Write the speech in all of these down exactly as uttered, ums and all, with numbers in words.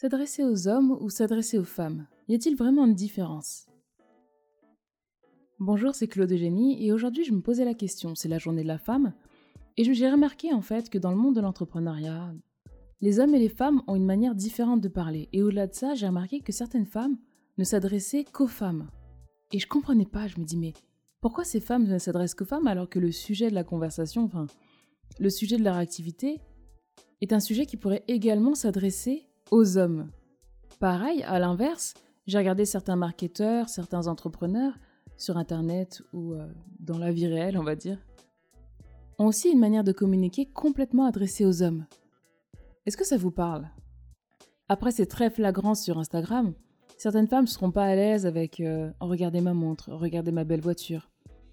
S'adresser aux hommes ou s'adresser aux femmes? Y a-t-il vraiment une différence? Bonjour, c'est Claude Eugénie et aujourd'hui je me posais la question, c'est la journée de la femme, et j'ai remarqué en fait que dans le monde de l'entrepreneuriat, les hommes et les femmes ont une manière différente de parler. Et au-delà de ça, j'ai remarqué que certaines femmes ne s'adressaient qu'aux femmes. Et je comprenais pas, je me dis mais pourquoi ces femmes ne s'adressent qu'aux femmes alors que le sujet de la conversation, enfin le sujet de leur activité, est un sujet qui pourrait également s'adresser aux hommes. Pareil, à l'inverse, j'ai regardé certains marketeurs, certains entrepreneurs sur Internet ou euh, dans la vie réelle, on va dire, ont aussi une manière de communiquer complètement adressée aux hommes. Est-ce que ça vous parle? Après, c'est très flagrant sur Instagram. Certaines femmes ne seront pas à l'aise avec euh, « regardez ma montre, regardez ma belle voiture ».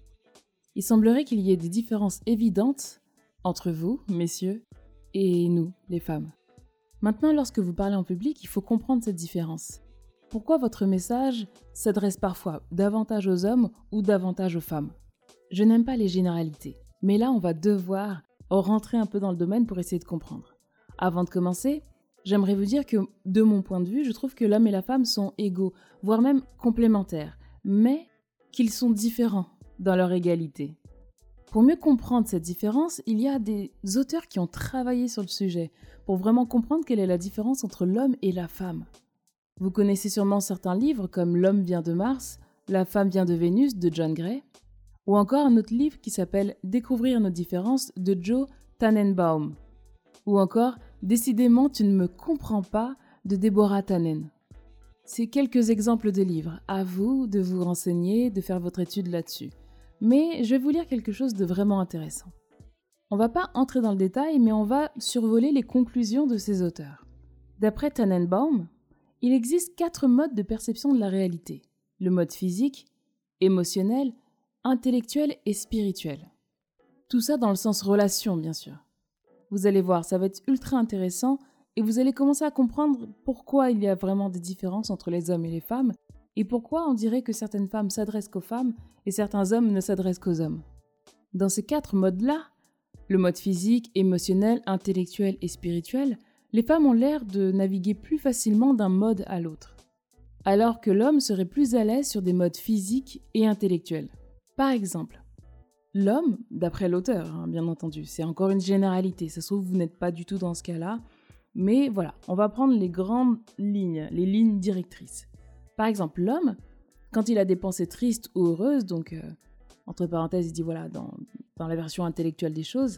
Il semblerait qu'il y ait des différences évidentes entre vous, messieurs, et nous, les femmes. Maintenant, lorsque vous parlez en public, il faut comprendre cette différence. Pourquoi votre message s'adresse parfois davantage aux hommes ou davantage aux femmes? Je n'aime pas les généralités, mais là, on va devoir rentrer un peu dans le domaine pour essayer de comprendre. Avant de commencer, j'aimerais vous dire que, de mon point de vue, je trouve que l'homme et la femme sont égaux, voire même complémentaires, mais qu'ils sont différents dans leur égalité. Pour mieux comprendre cette différence, il y a des auteurs qui ont travaillé sur le sujet pour vraiment comprendre quelle est la différence entre l'homme et la femme. Vous connaissez sûrement certains livres comme L'homme vient de Mars, La femme vient de Vénus de John Gray, ou encore un autre livre qui s'appelle Découvrir nos différences de Joe Tannenbaum, ou encore Décidément tu ne me comprends pas de Deborah Tannen. C'est quelques exemples de livres, à vous de vous renseigner, de faire votre étude là-dessus. Mais je vais vous lire quelque chose de vraiment intéressant. On va pas entrer dans le détail, mais on va survoler les conclusions de ces auteurs. D'après Tannenbaum, il existe quatre modes de perception de la réalité. Le mode physique, émotionnel, intellectuel et spirituel. Tout ça dans le sens relation, bien sûr. Vous allez voir, ça va être ultra intéressant et vous allez commencer à comprendre pourquoi il y a vraiment des différences entre les hommes et les femmes et pourquoi on dirait que certaines femmes s'adressent qu'aux femmes et certains hommes ne s'adressent qu'aux hommes. Dans ces quatre modes-là, le mode physique, émotionnel, intellectuel et spirituel, les femmes ont l'air de naviguer plus facilement d'un mode à l'autre, alors que l'homme serait plus à l'aise sur des modes physiques et intellectuels. Par exemple, l'homme, d'après l'auteur, hein, bien entendu, c'est encore une généralité, ça se trouve vous n'êtes pas du tout dans ce cas-là, mais voilà, on va prendre les grandes lignes, les lignes directrices. Par exemple, l'homme, quand il a des pensées tristes ou heureuses, donc euh, entre parenthèses, il dit voilà, dans, dans la version intellectuelle des choses,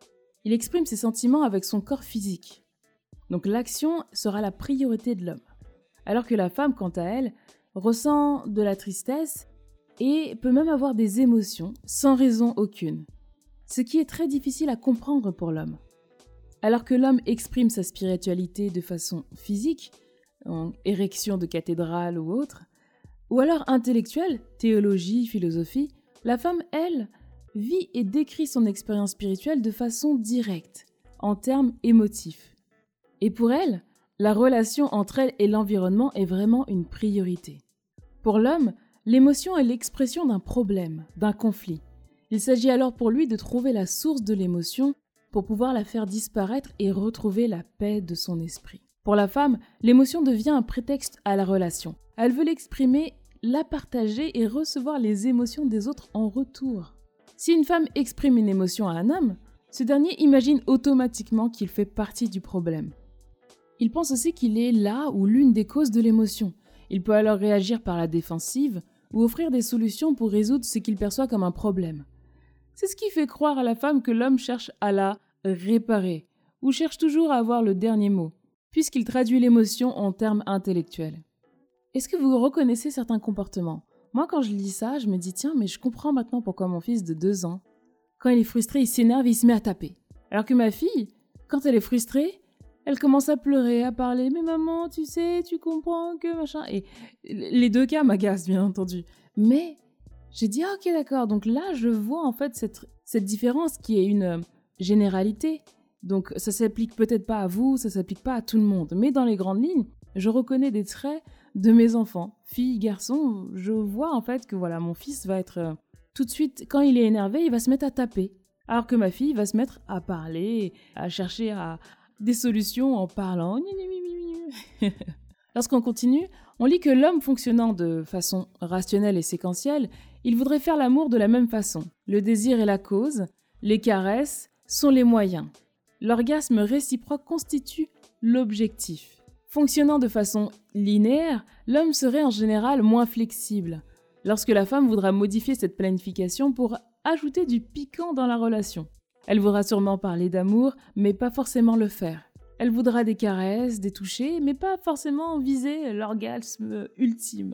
il exprime ses sentiments avec son corps physique. Donc l'action sera la priorité de l'homme. Alors que la femme, quant à elle, ressent de la tristesse et peut même avoir des émotions sans raison aucune. Ce qui est très difficile à comprendre pour l'homme. Alors que l'homme exprime sa spiritualité de façon physique, en érection de cathédrale ou autre, ou alors intellectuelle, théologie, philosophie, la femme, elle, vit et décrit son expérience spirituelle de façon directe, en termes émotifs. Et pour elle, la relation entre elle et l'environnement est vraiment une priorité. Pour l'homme, l'émotion est l'expression d'un problème, d'un conflit. Il s'agit alors pour lui de trouver la source de l'émotion pour pouvoir la faire disparaître et retrouver la paix de son esprit. Pour la femme, l'émotion devient un prétexte à la relation. Elle veut l'exprimer, la partager et recevoir les émotions des autres en retour. Si une femme exprime une émotion à un homme, ce dernier imagine automatiquement qu'il fait partie du problème. Il pense aussi qu'il est là ou l'une des causes de l'émotion. Il peut alors réagir par la défensive ou offrir des solutions pour résoudre ce qu'il perçoit comme un problème. C'est ce qui fait croire à la femme que l'homme cherche à la réparer ou cherche toujours à avoir le dernier mot, puisqu'il traduit l'émotion en termes intellectuels. Est-ce que vous reconnaissez certains comportements? Moi, quand je lis ça, je me dis « Tiens, mais je comprends maintenant pourquoi mon fils de deux ans, quand il est frustré, il s'énerve et il se met à taper. Alors que ma fille, quand elle est frustrée, elle commence à pleurer, à parler « Mais maman, tu sais, tu comprends que machin... » Et les deux cas m'agacent, bien entendu. Mais j'ai dit « Ah, ok, d'accord. » Donc là, je vois en fait cette, cette différence qui est une euh, généralité. Donc ça s'applique peut-être pas à vous, ça s'applique pas à tout le monde. Mais dans les grandes lignes, je reconnais des traits de mes enfants. Filles, garçons, je vois en fait que voilà, mon fils va être... Euh, tout de suite, quand il est énervé, il va se mettre à taper. Alors que ma fille va se mettre à parler, à chercher à... des solutions en parlant. Lorsqu'on continue, on lit que l'homme fonctionnant de façon rationnelle et séquentielle, il voudrait faire l'amour de la même façon. Le désir est la cause, les caresses sont les moyens. L'orgasme réciproque constitue l'objectif. Fonctionnant de façon linéaire, l'homme serait en général moins flexible, lorsque la femme voudra modifier cette planification pour ajouter du piquant dans la relation. Elle voudra sûrement parler d'amour, mais pas forcément le faire. Elle voudra des caresses, des touchés, mais pas forcément viser l'orgasme ultime.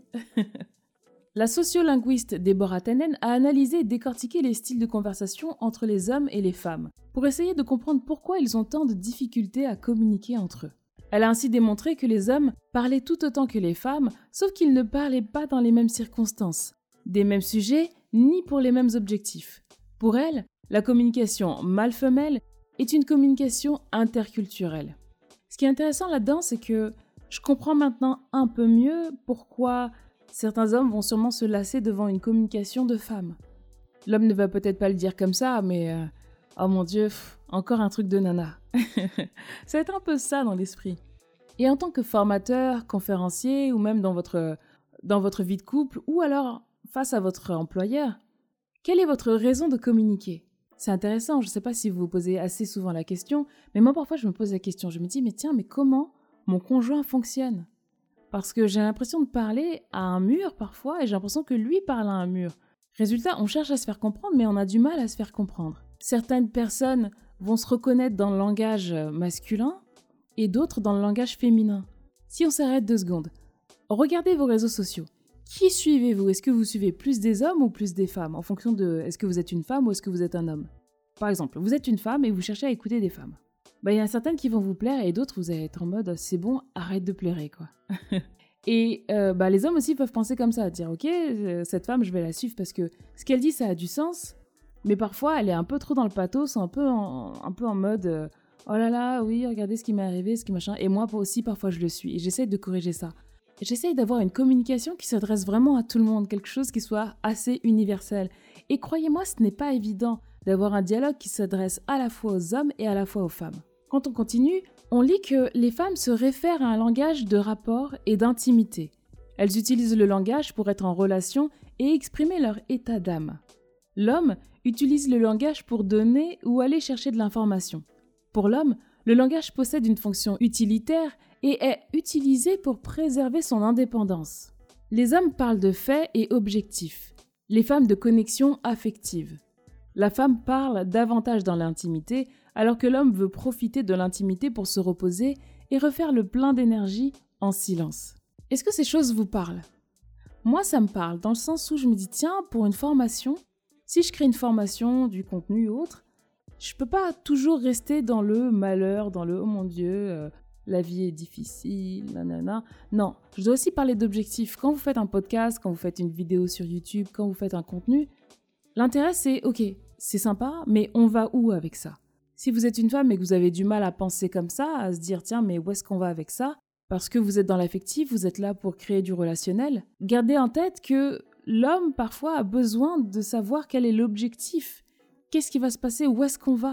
La sociolinguiste Deborah Tannen a analysé et décortiqué les styles de conversation entre les hommes et les femmes, pour essayer de comprendre pourquoi ils ont tant de difficultés à communiquer entre eux. Elle a ainsi démontré que les hommes parlaient tout autant que les femmes, sauf qu'ils ne parlaient pas dans les mêmes circonstances, des mêmes sujets, ni pour les mêmes objectifs. Pour elle, la communication mâle-femelle est une communication interculturelle. Ce qui est intéressant là-dedans, c'est que je comprends maintenant un peu mieux pourquoi certains hommes vont sûrement se lasser devant une communication de femmes. L'homme ne va peut-être pas le dire comme ça, mais euh, oh mon Dieu, pff, encore un truc de nana. Ça va être un peu ça dans l'esprit. Et en tant que formateur, conférencier, ou même dans votre, dans votre vie de couple, ou alors face à votre employeur, quelle est votre raison de communiquer ? C'est intéressant, je ne sais pas si vous vous posez assez souvent la question, mais moi parfois je me pose la question, je me dis mais tiens, mais comment mon conjoint fonctionne ? Parce que j'ai l'impression de parler à un mur parfois et j'ai l'impression que lui parle à un mur. Résultat, on cherche à se faire comprendre mais on a du mal à se faire comprendre. Certaines personnes vont se reconnaître dans le langage masculin et d'autres dans le langage féminin. Si on s'arrête deux secondes, regardez vos réseaux sociaux. Qui suivez-vous ? Est-ce que vous suivez plus des hommes ou plus des femmes ? En fonction de est-ce que vous êtes une femme ou est-ce que vous êtes un homme ? Par exemple, vous êtes une femme et vous cherchez à écouter des femmes. Bah, y en a certaines qui vont vous plaire et d'autres vous allez être en mode c'est bon, arrête de pleurer quoi. Et euh, bah, les hommes aussi peuvent penser comme ça, dire ok, euh, cette femme je vais la suivre parce que ce qu'elle dit ça a du sens, mais parfois elle est un peu trop dans le pathos, un peu en, un peu en mode euh, oh là là, oui, regardez ce qui m'est arrivé, ce qui machin. Et moi aussi parfois je le suis et j'essaie de corriger ça. J'essaye d'avoir une communication qui s'adresse vraiment à tout le monde, quelque chose qui soit assez universel. Et croyez-moi, ce n'est pas évident d'avoir un dialogue qui s'adresse à la fois aux hommes et à la fois aux femmes. Quand on continue, on lit que les femmes se réfèrent à un langage de rapport et d'intimité. Elles utilisent le langage pour être en relation et exprimer leur état d'âme. L'homme utilise le langage pour donner ou aller chercher de l'information. Pour l'homme, le langage possède une fonction utilitaire et est utilisé pour préserver son indépendance. Les hommes parlent de faits et objectifs, les femmes de connexion affective. La femme parle davantage dans l'intimité, alors que l'homme veut profiter de l'intimité pour se reposer et refaire le plein d'énergie en silence. Est-ce que ces choses vous parlent ? Moi, ça me parle, dans le sens où je me dis, tiens, pour une formation, si je crée une formation, du contenu ou autre, je peux pas toujours rester dans le malheur, dans le « oh mon Dieu, euh, la vie est difficile, nanana ». Non, je dois aussi parler d'objectifs. Quand vous faites un podcast, quand vous faites une vidéo sur YouTube, quand vous faites un contenu, l'intérêt c'est, ok, c'est sympa, mais on va où avec ça ? Si vous êtes une femme et que vous avez du mal à penser comme ça, à se dire, tiens, mais où est-ce qu'on va avec ça ? Parce que vous êtes dans l'affectif, vous êtes là pour créer du relationnel. Gardez en tête que l'homme, parfois, a besoin de savoir quel est l'objectif. Qu'est-ce qui va se passer ? Où est-ce qu'on va ?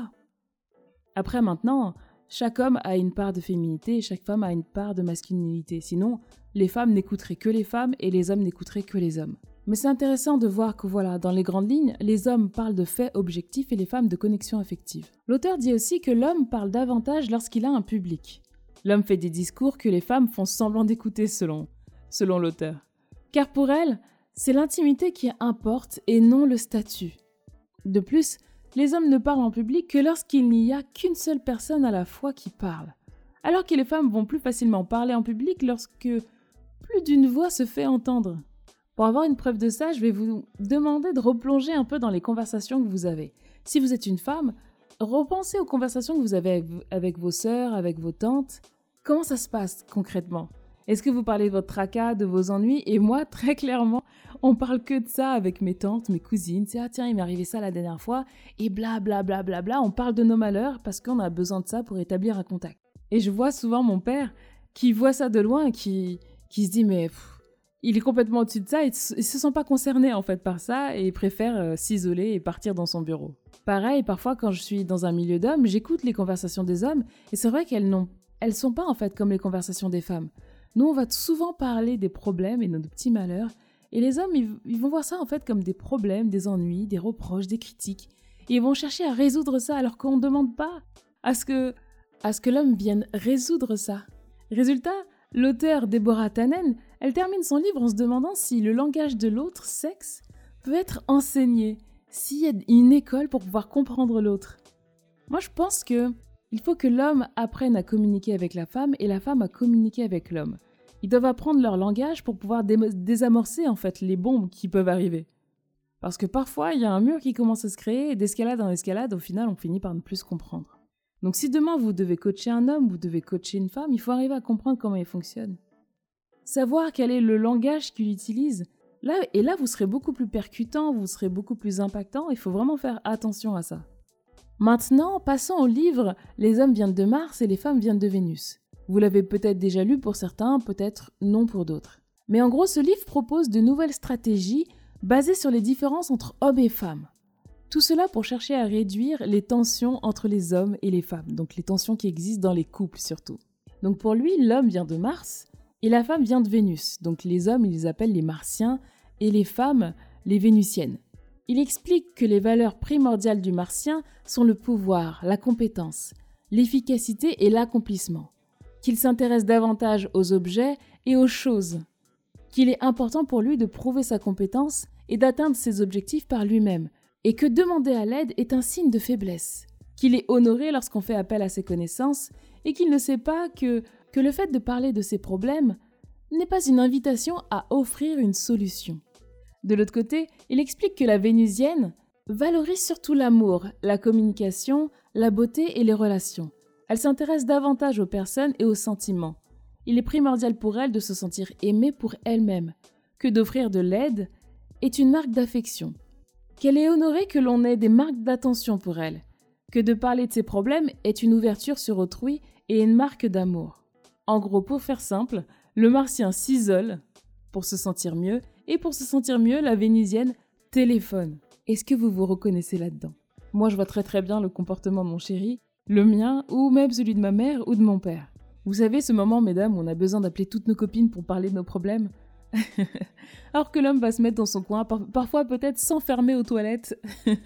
Après, maintenant, chaque homme a une part de féminité et chaque femme a une part de masculinité. Sinon, les femmes n'écouteraient que les femmes et les hommes n'écouteraient que les hommes. Mais c'est intéressant de voir que voilà, dans les grandes lignes, les hommes parlent de faits objectifs et les femmes de connexion affective. L'auteur dit aussi que l'homme parle davantage lorsqu'il a un public. L'homme fait des discours que les femmes font semblant d'écouter selon, selon l'auteur. Car pour elle, c'est l'intimité qui importe et non le statut. De plus, les hommes ne parlent en public que lorsqu'il n'y a qu'une seule personne à la fois qui parle. Alors que les femmes vont plus facilement parler en public lorsque plus d'une voix se fait entendre. Pour avoir une preuve de ça, je vais vous demander de replonger un peu dans les conversations que vous avez. Si vous êtes une femme, repensez aux conversations que vous avez avec vos sœurs, avec vos tantes. Comment ça se passe concrètement ? Est-ce que vous parlez de votre tracas, de vos ennuis ? Et moi, très clairement, on parle que de ça avec mes tantes, mes cousines. C'est « ah tiens, il m'est arrivé ça la dernière fois » et bla bla bla bla bla. On parle de nos malheurs parce qu'on a besoin de ça pour établir un contact. Et je vois souvent mon père qui voit ça de loin et qui, qui se dit « mais pff, il est complètement au-dessus de ça » et il ne se sent pas concerné en fait par ça et il préfère euh, s'isoler et partir dans son bureau. Pareil, parfois quand je suis dans un milieu d'hommes, j'écoute les conversations des hommes et c'est vrai qu'elles n'ont elles sont pas en fait comme les conversations des femmes. Nous, on va souvent parler des problèmes et de nos petits malheurs, et les hommes, ils, ils vont voir ça en fait comme des problèmes, des ennuis, des reproches, des critiques, et ils vont chercher à résoudre ça alors qu'on ne demande pas à ce que, à ce que l'homme vienne résoudre ça. Résultat, l'auteure Deborah Tannen, elle termine son livre en se demandant si le langage de l'autre sexe peut être enseigné, s'il y a une école pour pouvoir comprendre l'autre. Moi, je pense que il faut que l'homme apprenne à communiquer avec la femme et la femme à communiquer avec l'homme. Ils doivent apprendre leur langage pour pouvoir dé- désamorcer en fait les bombes qui peuvent arriver. Parce que parfois, il y a un mur qui commence à se créer et d'escalade en escalade, au final, on finit par ne plus se comprendre. Donc si demain vous devez coacher un homme, vous devez coacher une femme, il faut arriver à comprendre comment il fonctionne. Savoir quel est le langage qu'il utilise. Là, et là, vous serez beaucoup plus percutant, vous serez beaucoup plus impactant, il faut vraiment faire attention à ça. Maintenant, passons au livre « Les hommes viennent de Mars et les femmes viennent de Vénus ». Vous l'avez peut-être déjà lu pour certains, peut-être non pour d'autres. Mais en gros, ce livre propose de nouvelles stratégies basées sur les différences entre hommes et femmes. Tout cela pour chercher à réduire les tensions entre les hommes et les femmes, donc les tensions qui existent dans les couples surtout. Donc pour lui, l'homme vient de Mars et la femme vient de Vénus. Donc les hommes, ils les appellent les Martiens et les femmes, les Vénusiennes. Il explique que les valeurs primordiales du Martien sont le pouvoir, la compétence, l'efficacité et l'accomplissement. Qu'il s'intéresse davantage aux objets et aux choses. Qu'il est important pour lui de prouver sa compétence et d'atteindre ses objectifs par lui-même. Et que demander à l'aide est un signe de faiblesse. Qu'il est honoré lorsqu'on fait appel à ses connaissances et qu'il ne sait pas que, que le fait de parler de ses problèmes n'est pas une invitation à offrir une solution. De l'autre côté, il explique que la vénusienne valorise surtout l'amour, la communication, la beauté et les relations. Elle s'intéresse davantage aux personnes et aux sentiments. Il est primordial pour elle de se sentir aimée pour elle-même, que d'offrir de l'aide est une marque d'affection. Qu'elle est honorée que l'on ait des marques d'attention pour elle, que de parler de ses problèmes est une ouverture sur autrui et une marque d'amour. En gros, pour faire simple, le Martien s'isole pour se sentir mieux, et pour se sentir mieux, la vénusienne téléphone. Est-ce que vous vous reconnaissez là-dedans ? Moi, je vois très très bien le comportement de mon chéri, le mien, ou même celui de ma mère ou de mon père. Vous savez, ce moment, mesdames, où on a besoin d'appeler toutes nos copines pour parler de nos problèmes. Alors que l'homme va se mettre dans son coin, par- parfois peut-être s'enfermer aux toilettes,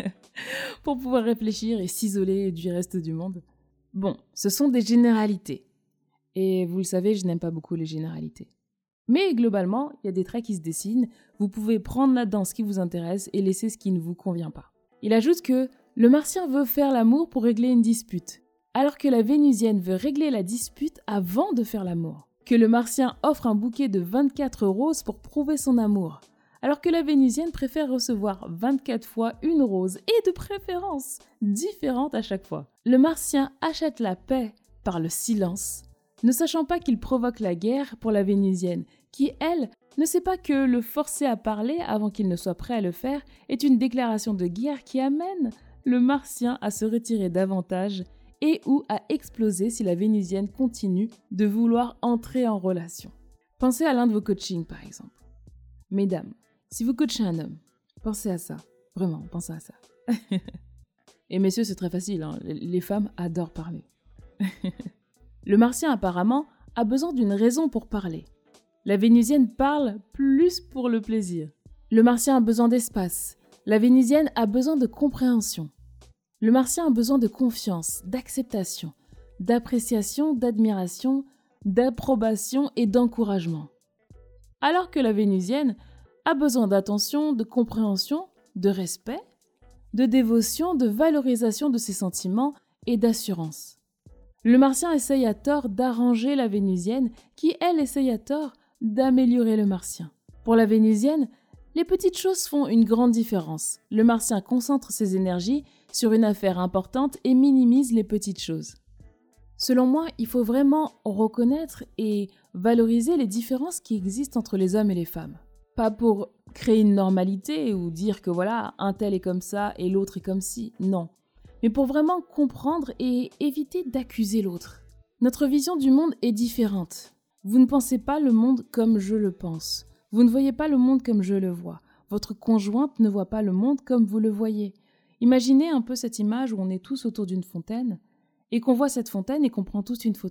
pour pouvoir réfléchir et s'isoler du reste du monde. Bon, ce sont des généralités. Et vous le savez, je n'aime pas beaucoup les généralités. Mais globalement, il y a des traits qui se dessinent, vous pouvez prendre là-dedans ce qui vous intéresse et laisser ce qui ne vous convient pas. Il ajoute que le Martien veut faire l'amour pour régler une dispute, alors que la Vénusienne veut régler la dispute avant de faire l'amour. Que le Martien offre un bouquet de vingt-quatre roses pour prouver son amour, alors que la Vénusienne préfère recevoir vingt-quatre fois une rose, et de préférence différente à chaque fois. Le Martien achète la paix par le silence, ne sachant pas qu'il provoque la guerre pour la Vénusienne, qui, elle, ne sait pas que le forcer à parler avant qu'il ne soit prêt à le faire est une déclaration de guerre qui amène le Martien à se retirer davantage et ou à exploser si la Vénusienne continue de vouloir entrer en relation. Pensez à l'un de vos coachings, par exemple. Mesdames, si vous coachez un homme, pensez à ça. Vraiment, pensez à ça. Et messieurs, c'est très facile, hein. Les femmes adorent parler. Le Martien, apparemment, a besoin d'une raison pour parler. La Vénusienne parle plus pour le plaisir. Le Martien a besoin d'espace. La Vénusienne a besoin de compréhension. Le Martien a besoin de confiance, d'acceptation, d'appréciation, d'admiration, d'approbation et d'encouragement. Alors que la Vénusienne a besoin d'attention, de compréhension, de respect, de dévotion, de valorisation de ses sentiments et d'assurance. Le Martien essaye à tort d'arranger la Vénusienne, qui, elle, essaye à tort d'améliorer le Martien. Pour la Vénusienne, les petites choses font une grande différence. Le Martien concentre ses énergies sur une affaire importante et minimise les petites choses. Selon moi, il faut vraiment reconnaître et valoriser les différences qui existent entre les hommes et les femmes. Pas pour créer une normalité ou dire que voilà, un tel est comme ça et l'autre est comme ci, non. Mais pour vraiment comprendre et éviter d'accuser l'autre. Notre vision du monde est différente. Vous ne pensez pas le monde comme je le pense. Vous ne voyez pas le monde comme je le vois. Votre conjointe ne voit pas le monde comme vous le voyez. Imaginez un peu cette image où on est tous autour d'une fontaine et qu'on voit cette fontaine et qu'on prend tous une photo.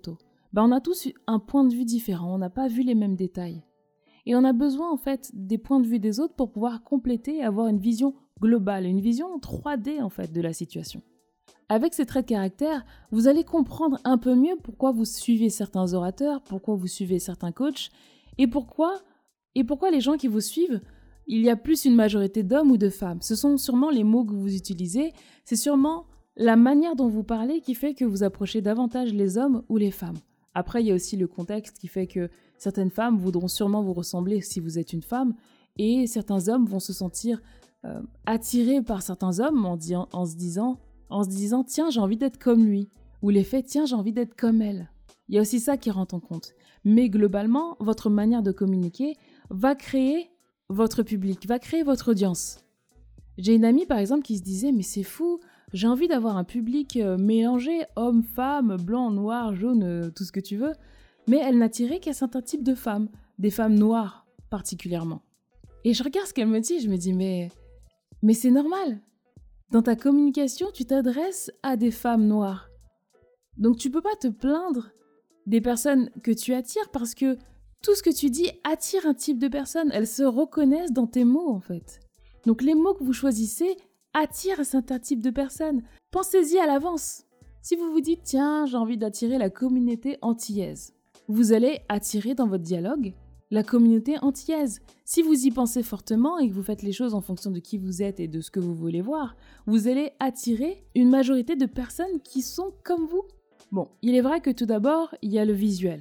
ben on a tous eu un point de vue différent, on n'a pas vu les mêmes détails. Et on a besoin en fait des points de vue des autres pour pouvoir compléter et avoir une vision globale, une vision trois D en fait de la situation. Avec ces traits de caractère, vous allez comprendre un peu mieux pourquoi vous suivez certains orateurs, pourquoi vous suivez certains coachs, et pourquoi, et pourquoi les gens qui vous suivent, il y a plus une majorité d'hommes ou de femmes. Ce sont sûrement les mots que vous utilisez, c'est sûrement la manière dont vous parlez qui fait que vous approchez davantage les hommes ou les femmes. Après, il y a aussi le contexte qui fait que certaines femmes voudront sûrement vous ressembler si vous êtes une femme, et certains hommes vont se sentir euh, attirés par certains hommes en, di- en se disant... en se disant « tiens, j'ai envie d'être comme lui » ou l'effet « tiens, j'ai envie d'être comme elle ». Il y a aussi ça qui rentre en compte. Mais globalement, votre manière de communiquer va créer votre public, va créer votre audience. J'ai une amie, par exemple, qui se disait « mais c'est fou, j'ai envie d'avoir un public mélangé, homme, femme, blanc, noir, jaune, tout ce que tu veux », mais elle n'attirait qu'un certain type de femmes, des femmes noires particulièrement. Et je regarde ce qu'elle me dit, je me dis « mais, mais c'est normal ». Dans ta communication, tu t'adresses à des femmes noires. Donc tu peux pas te plaindre des personnes que tu attires parce que tout ce que tu dis attire un type de personne. Elles se reconnaissent dans tes mots en fait. Donc les mots que vous choisissez attirent un certain type de personnes. Pensez-y à l'avance. Si vous vous dites « tiens, j'ai envie d'attirer la communauté antillaise », vous allez attirer dans votre dialogue la communauté antillaise. Si vous y pensez fortement et que vous faites les choses en fonction de qui vous êtes et de ce que vous voulez voir, vous allez attirer une majorité de personnes qui sont comme vous. Bon, il est vrai que tout d'abord, il y a le visuel.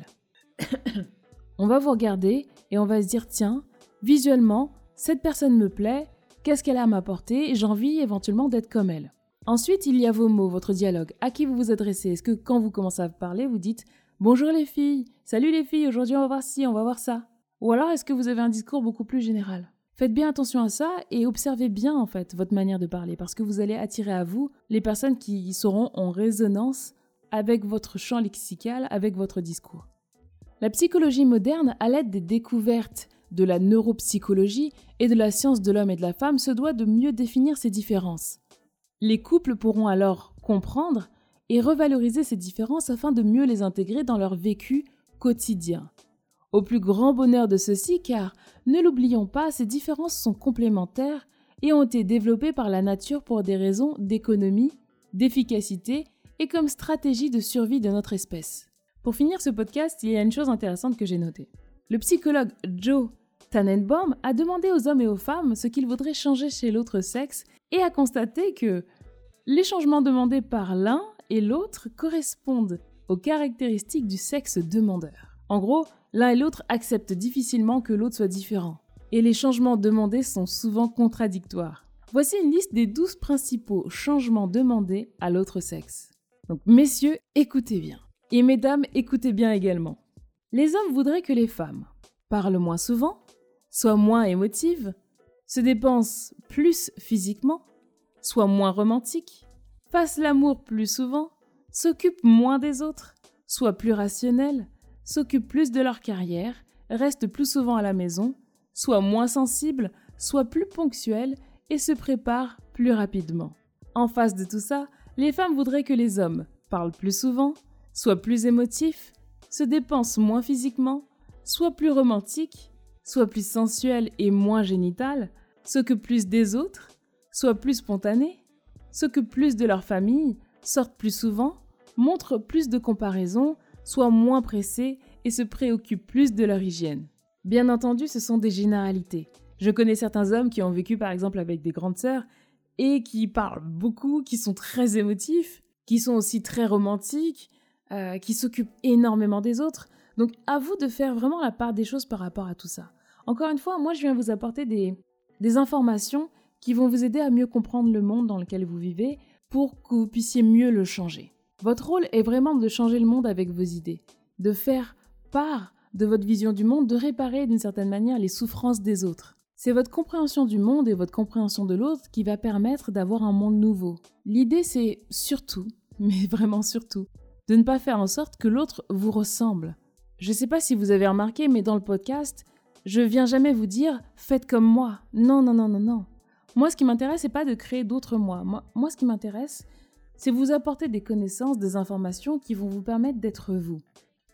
On va vous regarder et on va se dire, tiens, visuellement, cette personne me plaît, qu'est-ce qu'elle a à m'apporter et j'ai envie éventuellement d'être comme elle. Ensuite, il y a vos mots, votre dialogue. À qui vous vous adressez? Est-ce que quand vous commencez à parler, vous dites « bonjour les filles, salut les filles, aujourd'hui on va voir ci, on va voir ça ». Ou alors, est-ce que vous avez un discours beaucoup plus général? Faites bien attention à ça et observez bien en fait votre manière de parler parce que vous allez attirer à vous les personnes qui seront en résonance avec votre champ lexical, avec votre discours. La psychologie moderne, à l'aide des découvertes de la neuropsychologie et de la science de l'homme et de la femme, se doit de mieux définir ces différences. Les couples pourront alors comprendre et revaloriser ces différences afin de mieux les intégrer dans leur vécu quotidien. Au plus grand bonheur de ceux-ci, car, ne l'oublions pas, ces différences sont complémentaires et ont été développées par la nature pour des raisons d'économie, d'efficacité et comme stratégie de survie de notre espèce. Pour finir ce podcast, il y a une chose intéressante que j'ai notée. Le psychologue Joe Tannenbaum a demandé aux hommes et aux femmes ce qu'ils voudraient changer chez l'autre sexe et a constaté que les changements demandés par l'un et l'autre correspondent aux caractéristiques du sexe demandeur. En gros, l'un et l'autre acceptent difficilement que l'autre soit différent. Et les changements demandés sont souvent contradictoires. Voici une liste des douze principaux changements demandés à l'autre sexe. Donc, messieurs, écoutez bien. Et mesdames, écoutez bien également. Les hommes voudraient que les femmes parlent moins souvent, soient moins émotives, se dépensent plus physiquement, soient moins romantiques, fassent l'amour plus souvent, s'occupent moins des autres, soient plus rationnels, s'occupent plus de leur carrière, restent plus souvent à la maison, soient moins sensibles, soient plus ponctuels et se préparent plus rapidement. En face de tout ça, les femmes voudraient que les hommes parlent plus souvent, soient plus émotifs, se dépensent moins physiquement, soient plus romantiques, soient plus sensuels et moins génitales, s'occupent plus des autres, soient plus spontanés, s'occupent plus de leur famille, sortent plus souvent, montrent plus de comparaison, soient moins pressés et se préoccupent plus de leur hygiène. Bien entendu, ce sont des généralités. Je connais certains hommes qui ont vécu par exemple avec des grandes sœurs et qui parlent beaucoup, qui sont très émotifs, qui sont aussi très romantiques, euh, qui s'occupent énormément des autres. Donc à vous de faire vraiment la part des choses par rapport à tout ça. Encore une fois, moi je viens vous apporter des, des informations qui vont vous aider à mieux comprendre le monde dans lequel vous vivez pour que vous puissiez mieux le changer. Votre rôle est vraiment de changer le monde avec vos idées, de faire part de votre vision du monde, de réparer d'une certaine manière les souffrances des autres. C'est votre compréhension du monde et votre compréhension de l'autre qui va permettre d'avoir un monde nouveau. L'idée c'est surtout, mais vraiment surtout, de ne pas faire en sorte que l'autre vous ressemble. Je ne sais pas si vous avez remarqué, mais dans le podcast, je viens jamais vous dire « faites comme moi ». Non, non, non, non, non. Moi, ce qui m'intéresse, c'est pas de créer d'autres moi. Moi, moi ce qui m'intéresse, c'est vous apporter des connaissances, des informations qui vont vous permettre d'être vous.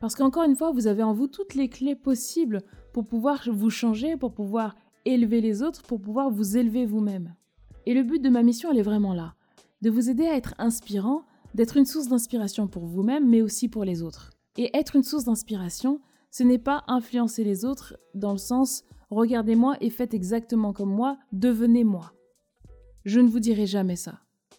Parce qu'encore une fois, vous avez en vous toutes les clés possibles pour pouvoir vous changer, pour pouvoir élever les autres, pour pouvoir vous élever vous-même. Et le but de ma mission, elle est vraiment là. De vous aider à être inspirant, d'être une source d'inspiration pour vous-même, mais aussi pour les autres. Et être une source d'inspiration, ce n'est pas influencer les autres dans le sens « regardez-moi et faites exactement comme moi, devenez moi ». Je ne vous dirai jamais ça.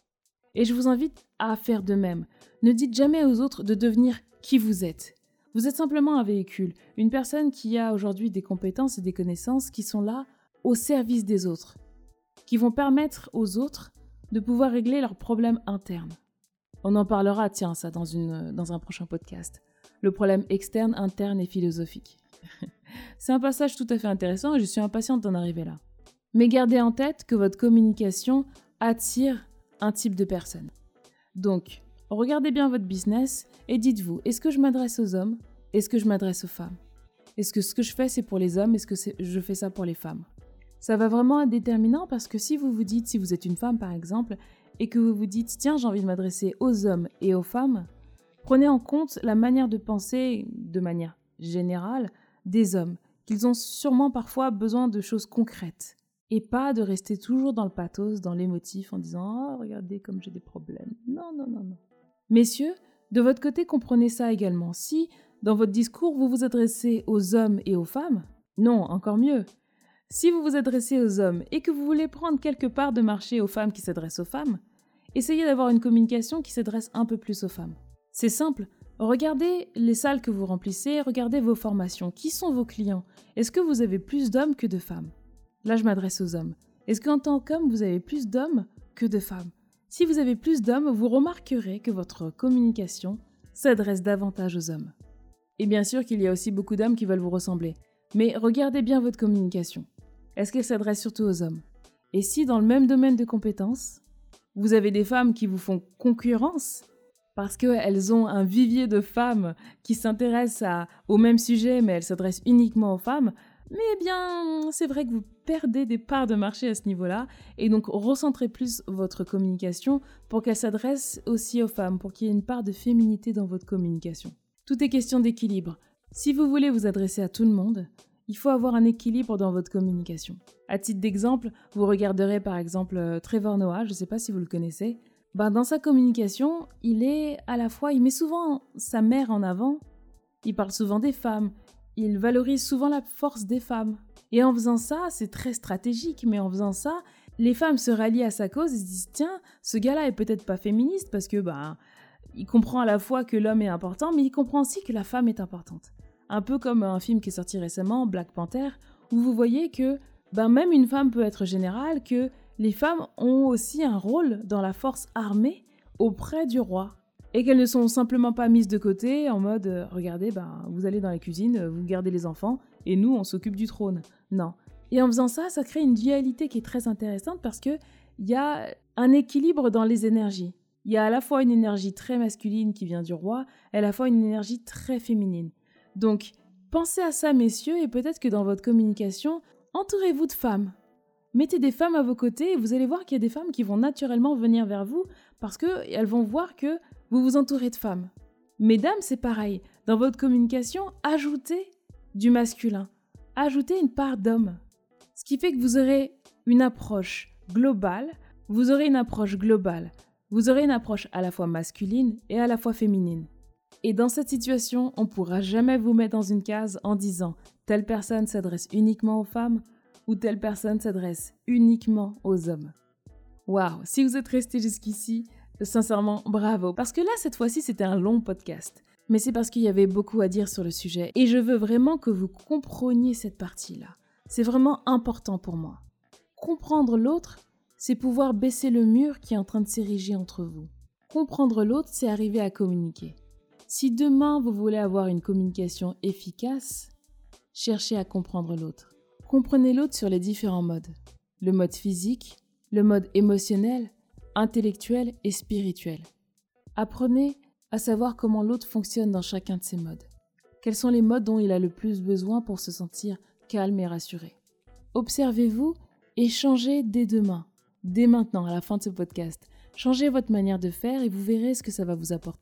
Et je vous invite à faire de même. Ne dites jamais aux autres de devenir qui vous êtes. Vous êtes simplement un véhicule, une personne qui a aujourd'hui des compétences et des connaissances qui sont là au service des autres, qui vont permettre aux autres de pouvoir régler leurs problèmes internes. On en parlera, tiens, ça, dans, une, dans un prochain podcast. Le problème externe, interne et philosophique. C'est un passage tout à fait intéressant et je suis impatiente d'en arriver là. Mais gardez en tête que votre communication attire un type de personne. Donc, regardez bien votre business et dites-vous, est-ce que je m'adresse aux hommes? Est-ce que je m'adresse aux femmes? Est-ce que ce que je fais, c'est pour les hommes? Est-ce que c'est, je fais ça pour les femmes? Ça va vraiment être déterminant parce que si vous vous dites, si vous êtes une femme par exemple, et que vous vous dites, tiens, j'ai envie de m'adresser aux hommes et aux femmes, prenez en compte la manière de penser, de manière générale, des hommes, qu'ils ont sûrement parfois besoin de choses concrètes, et pas de rester toujours dans le pathos, dans l'émotif, en disant « Oh, regardez comme j'ai des problèmes ». Non, non, non, non. Messieurs, de votre côté, comprenez ça également. Si, dans votre discours, vous vous adressez aux hommes et aux femmes, non, encore mieux. Si vous vous adressez aux hommes et que vous voulez prendre quelque part de marché aux femmes qui s'adressent aux femmes, essayez d'avoir une communication qui s'adresse un peu plus aux femmes. C'est simple, regardez les salles que vous remplissez, regardez vos formations. Qui sont vos clients? Est-ce que vous avez plus d'hommes que de femmes? Là, je m'adresse aux hommes. Est-ce qu'en tant qu'homme, vous avez plus d'hommes que de femmes? Si vous avez plus d'hommes, vous remarquerez que votre communication s'adresse davantage aux hommes. Et bien sûr qu'il y a aussi beaucoup d'hommes qui veulent vous ressembler. Mais regardez bien votre communication. Est-ce qu'elle s'adresse surtout aux hommes? Et si, dans le même domaine de compétences, vous avez des femmes qui vous font concurrence parce qu'elles ont un vivier de femmes qui s'intéressent à, au même sujet, mais elles s'adressent uniquement aux femmes, mais eh bien, c'est vrai que vous perdez des parts de marché à ce niveau-là, et donc recentrez plus votre communication pour qu'elle s'adresse aussi aux femmes, pour qu'il y ait une part de féminité dans votre communication. Tout est question d'équilibre. Si vous voulez vous adresser à tout le monde, il faut avoir un équilibre dans votre communication. À titre d'exemple, vous regarderez par exemple Trevor Noah, je ne sais pas si vous le connaissez. Ben, dans sa communication, il est à la fois, il met souvent sa mère en avant, il parle souvent des femmes, il valorise souvent la force des femmes. Et en faisant ça, c'est très stratégique, mais en faisant ça, les femmes se rallient à sa cause et se disent « Tiens, ce gars-là est peut-être pas féministe parce que ben, il comprend à la fois que l'homme est important, mais il comprend aussi que la femme est importante. » Un peu comme un film qui est sorti récemment, Black Panther, où vous voyez que ben, même une femme peut être générale, que les femmes ont aussi un rôle dans la force armée auprès du roi. Et qu'elles ne sont simplement pas mises de côté en mode euh, « Regardez, ben, vous allez dans la cuisine, vous gardez les enfants, et nous, on s'occupe du trône. » Non. Et en faisant ça, ça crée une dualité qui est très intéressante parce qu'il y a un équilibre dans les énergies. Il y a à la fois une énergie très masculine qui vient du roi, et à la fois une énergie très féminine. Donc, pensez à ça, messieurs, et peut-être que dans votre communication, entourez-vous de femmes. Mettez des femmes à vos côtés et vous allez voir qu'il y a des femmes qui vont naturellement venir vers vous parce qu'elles vont voir que vous vous entourez de femmes. Mesdames, c'est pareil. Dans votre communication, ajoutez du masculin. Ajoutez une part d'homme. Ce qui fait que vous aurez une approche globale. Vous aurez une approche globale. Vous aurez une approche à la fois masculine et à la fois féminine. Et dans cette situation, on ne pourra jamais vous mettre dans une case en disant « telle personne s'adresse uniquement aux femmes » ou « telle personne s'adresse uniquement aux hommes ». Waouh, si vous êtes resté jusqu'ici, sincèrement, bravo. Parce que là, cette fois-ci, c'était un long podcast. Mais c'est parce qu'il y avait beaucoup à dire sur le sujet. Et je veux vraiment que vous compreniez cette partie-là. C'est vraiment important pour moi. Comprendre l'autre, c'est pouvoir baisser le mur qui est en train de s'ériger entre vous. Comprendre l'autre, c'est arriver à communiquer. Si demain, vous voulez avoir une communication efficace, cherchez à comprendre l'autre. Comprenez l'autre sur les différents modes. Le mode physique, le mode émotionnel, intellectuel et spirituel. Apprenez à savoir comment l'autre fonctionne dans chacun de ces modes. Quels sont les modes dont il a le plus besoin pour se sentir calme et rassuré. Observez-vous et changez dès demain, dès maintenant, à la fin de ce podcast. Changez votre manière de faire et vous verrez ce que ça va vous apporter.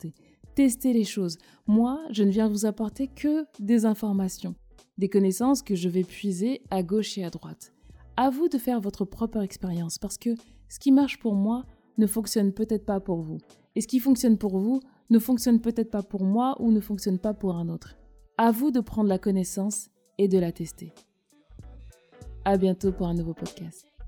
tester les choses. Moi, je ne viens vous apporter que des informations, des connaissances que je vais puiser à gauche et à droite. À vous de faire votre propre expérience parce que ce qui marche pour moi ne fonctionne peut-être pas pour vous. Et ce qui fonctionne pour vous ne fonctionne peut-être pas pour moi ou ne fonctionne pas pour un autre. À vous de prendre la connaissance et de la tester. À bientôt pour un nouveau podcast.